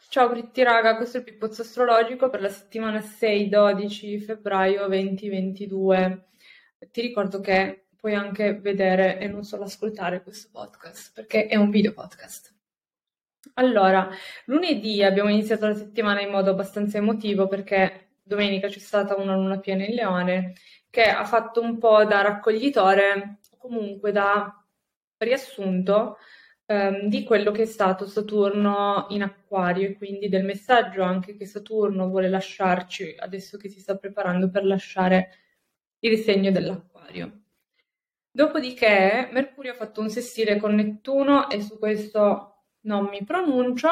Ciao Britti raga, questo è il pippozzo astrologico per la settimana 6-12 febbraio 2022. Ti ricordo che puoi anche vedere e non solo ascoltare questo podcast, perché è un video podcast. Allora, lunedì abbiamo iniziato la settimana in modo abbastanza emotivo perché domenica c'è stata una luna piena in Leone che ha fatto un po' da raccoglitore, o comunque da riassunto di quello che è stato Saturno in Acquario e quindi del messaggio anche che Saturno vuole lasciarci adesso che si sta preparando per lasciare il segno dell'Acquario. Dopodiché Mercurio ha fatto un sestile con Nettuno e su questo non mi pronuncio.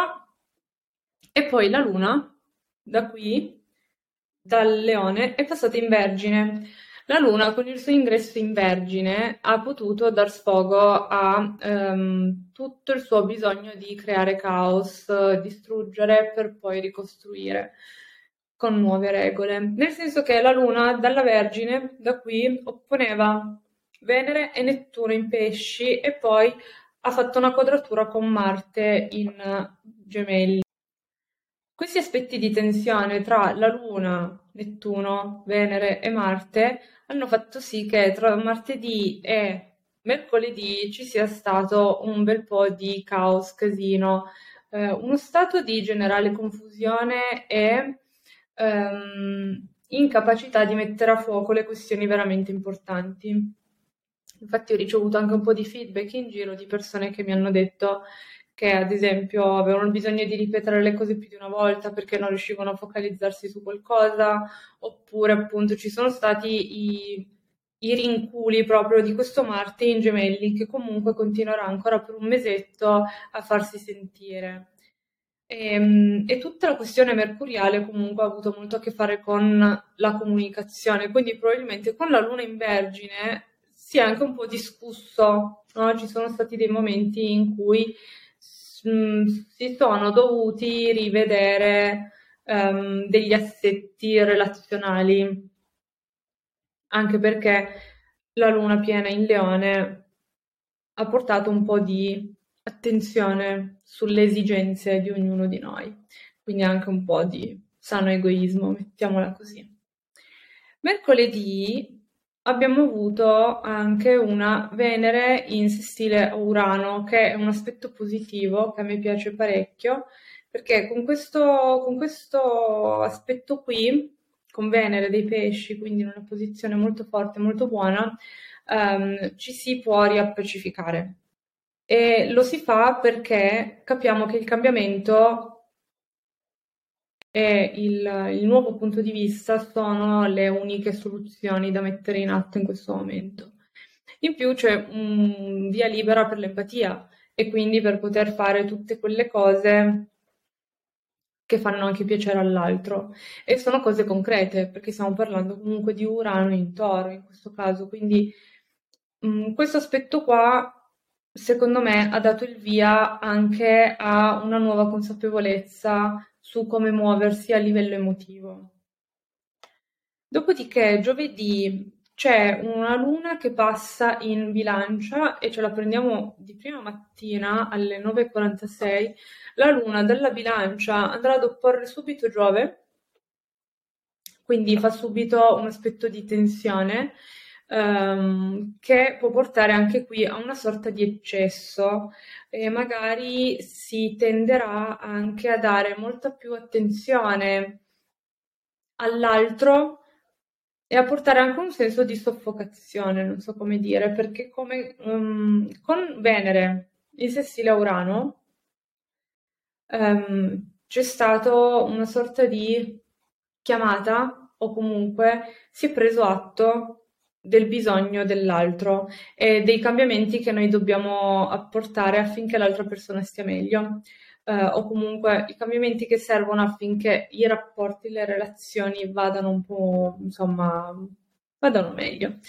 E poi la Luna, da qui, dal Leone, è passata in Vergine. La Luna, con il suo ingresso in Vergine, ha potuto dar sfogo a tutto il suo bisogno di creare caos, distruggere per poi ricostruire con nuove regole. Nel senso che la Luna, dalla Vergine, da qui, opponeva Venere e Nettuno in Pesci e poi ha fatto una quadratura con Marte in Gemelli. Questi aspetti di tensione tra la Luna, Nettuno, Venere e Marte hanno fatto sì che tra martedì e mercoledì ci sia stato un bel po' di caos, casino, uno stato di generale confusione e incapacità di mettere a fuoco le questioni veramente importanti. Infatti ho ricevuto anche un po' di feedback in giro di persone che mi hanno detto che ad esempio avevano bisogno di ripetere le cose più di una volta perché non riuscivano a focalizzarsi su qualcosa, oppure appunto ci sono stati i rinculi proprio di questo Marte in Gemelli che comunque continuerà ancora per un mesetto a farsi sentire. E tutta la questione mercuriale comunque ha avuto molto a che fare con la comunicazione, quindi probabilmente con la Luna in Vergine si è anche un po' discusso, no? Ci sono stati dei momenti in cui si sono dovuti rivedere degli assetti relazionali, anche perché la Luna piena in Leone ha portato un po' di attenzione sulle esigenze di ognuno di noi, quindi anche un po' di sano egoismo, mettiamola così. Mercoledì abbiamo avuto anche una Venere in sestile a Urano, che è un aspetto positivo che a me piace parecchio, perché con questo aspetto qui, con Venere dei pesci, quindi in una posizione molto forte, molto buona, ci si può riappacificare. E lo si fa perché capiamo che il cambiamento e il nuovo punto di vista sono le uniche soluzioni da mettere in atto in questo momento. In più c'è un via libera per l'empatia e quindi per poter fare tutte quelle cose che fanno anche piacere all'altro e sono cose concrete perché stiamo parlando comunque di Urano in Toro in questo caso, quindi questo aspetto qua secondo me ha dato il via anche a una nuova consapevolezza su come muoversi a livello emotivo. Dopodiché giovedì c'è una luna che passa in bilancia e ce la prendiamo di prima mattina alle 9:46. La luna dalla bilancia andrà ad opporre subito Giove, quindi fa subito un aspetto di tensione che può portare anche qui a una sorta di eccesso e magari si tenderà anche a dare molta più attenzione all'altro e a portare anche un senso di soffocazione, non so come dire, perché come con Venere in sestile a Urano c'è stato una sorta di chiamata o comunque si è preso atto del bisogno dell'altro e dei cambiamenti che noi dobbiamo apportare affinché l'altra persona stia meglio, o comunque i cambiamenti che servono affinché i rapporti, le relazioni vadano un po', insomma, vadano meglio.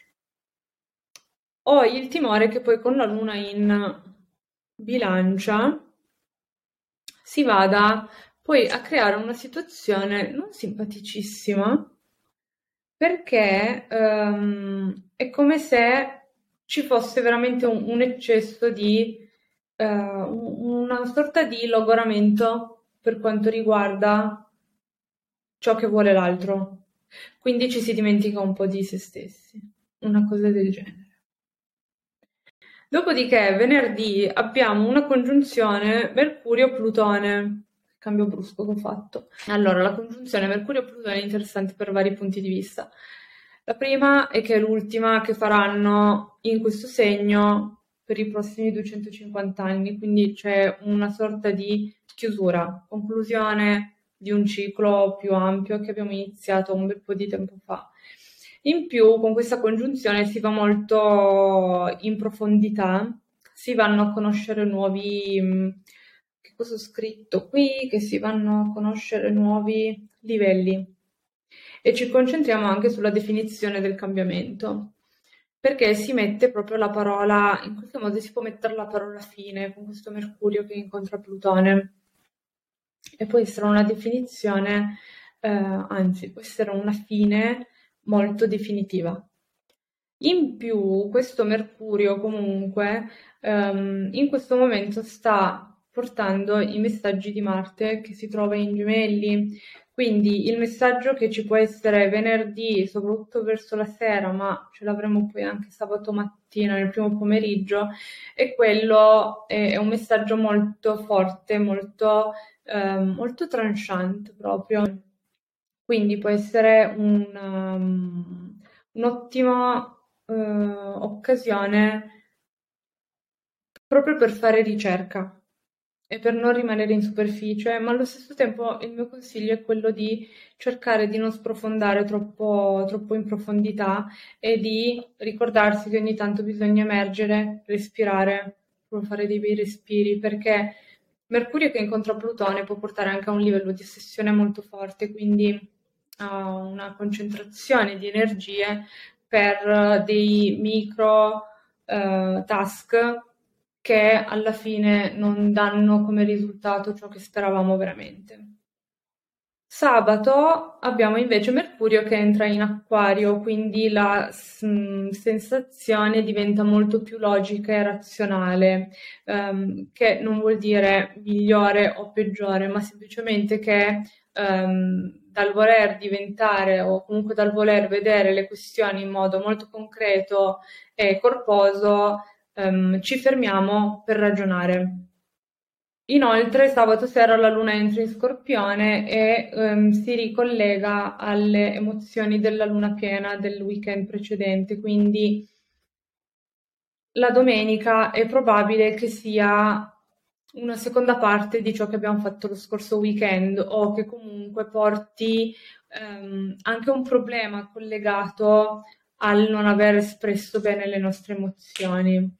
Ho il timore che poi con la luna in bilancia si vada poi a creare una situazione non simpaticissima perché è come se ci fosse veramente un eccesso di una sorta di logoramento per quanto riguarda ciò che vuole l'altro. Quindi ci si dimentica un po' di se stessi, una cosa del genere. Dopodiché, venerdì abbiamo una congiunzione Mercurio-Plutone. Cambio brusco che ho fatto. Allora, la congiunzione Mercurio-Plutone è interessante per vari punti di vista. La prima è che è l'ultima che faranno in questo segno per i prossimi 250 anni, quindi c'è una sorta di chiusura, conclusione di un ciclo più ampio che abbiamo iniziato un bel po' di tempo fa. In più, con questa congiunzione si va molto in profondità, si vanno a conoscere nuovi, che cosa ho scritto qui? Che si vanno a conoscere nuovi livelli e ci concentriamo anche sulla definizione del cambiamento, perché si mette proprio la parola, in qualche modo si può mettere la parola fine con questo Mercurio che incontra Plutone e può essere una definizione, anzi può essere una fine molto definitiva. In più, questo Mercurio comunque in questo momento sta portando i messaggi di Marte che si trova in Gemelli, quindi il messaggio che ci può essere venerdì, soprattutto verso la sera, ma ce l'avremo poi anche sabato mattina, nel primo pomeriggio, è quello, è un messaggio molto forte, molto tranchant proprio. Quindi può essere un'ottima occasione proprio per fare ricerca e per non rimanere in superficie, ma allo stesso tempo il mio consiglio è quello di cercare di non sprofondare troppo in profondità e di ricordarsi che ogni tanto bisogna emergere, respirare, proprio fare dei bei respiri, perché Mercurio che incontra Plutone può portare anche a un livello di ossessione molto forte, quindi a una concentrazione di energie per dei micro task che alla fine non danno come risultato ciò che speravamo veramente. Sabato abbiamo invece Mercurio che entra in Acquario, quindi la sensazione diventa molto più logica e razionale, che non vuol dire migliore o peggiore, ma semplicemente che dal voler diventare o comunque dal voler vedere le questioni in modo molto concreto e corposo, ci fermiamo per ragionare. Inoltre, sabato sera la luna entra in Scorpione e si ricollega alle emozioni della luna piena del weekend precedente, quindi la domenica è probabile che sia una seconda parte di ciò che abbiamo fatto lo scorso weekend o che comunque porti anche un problema collegato al non aver espresso bene le nostre emozioni.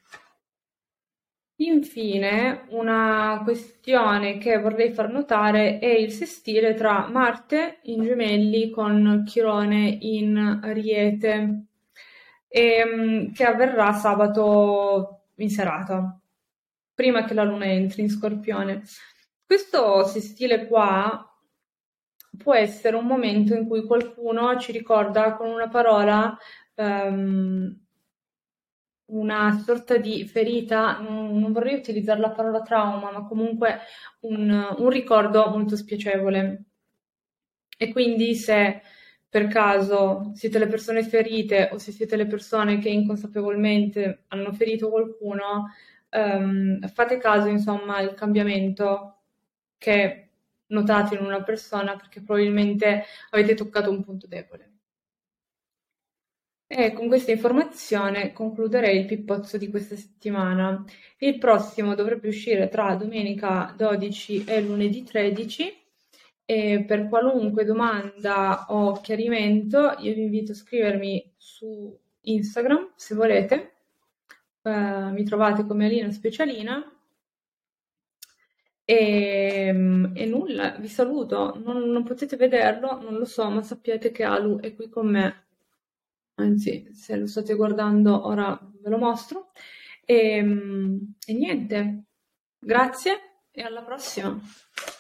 Infine, una questione che vorrei far notare è il sestile tra Marte in Gemelli con Chirone in Ariete, che avverrà sabato in serata, prima che la Luna entri in Scorpione. Questo sestile qua può essere un momento in cui qualcuno ci ricorda con una parola una sorta di ferita, non vorrei utilizzare la parola trauma, ma comunque un ricordo molto spiacevole. E quindi se per caso siete le persone ferite o se siete le persone che inconsapevolmente hanno ferito qualcuno, fate caso, insomma, al cambiamento che notate in una persona perché probabilmente avete toccato un punto debole. E con questa informazione concluderei il pippozzo di questa settimana. Il prossimo dovrebbe uscire tra domenica 12 e lunedì 13 e per qualunque domanda o chiarimento io vi invito a scrivermi su Instagram se volete. Mi trovate come Alina Specialina e nulla, vi saluto. Non potete vederlo, non lo so, ma sappiate che Alu è qui con me. Anzi, se lo state guardando ora ve lo mostro. E niente, grazie e alla prossima.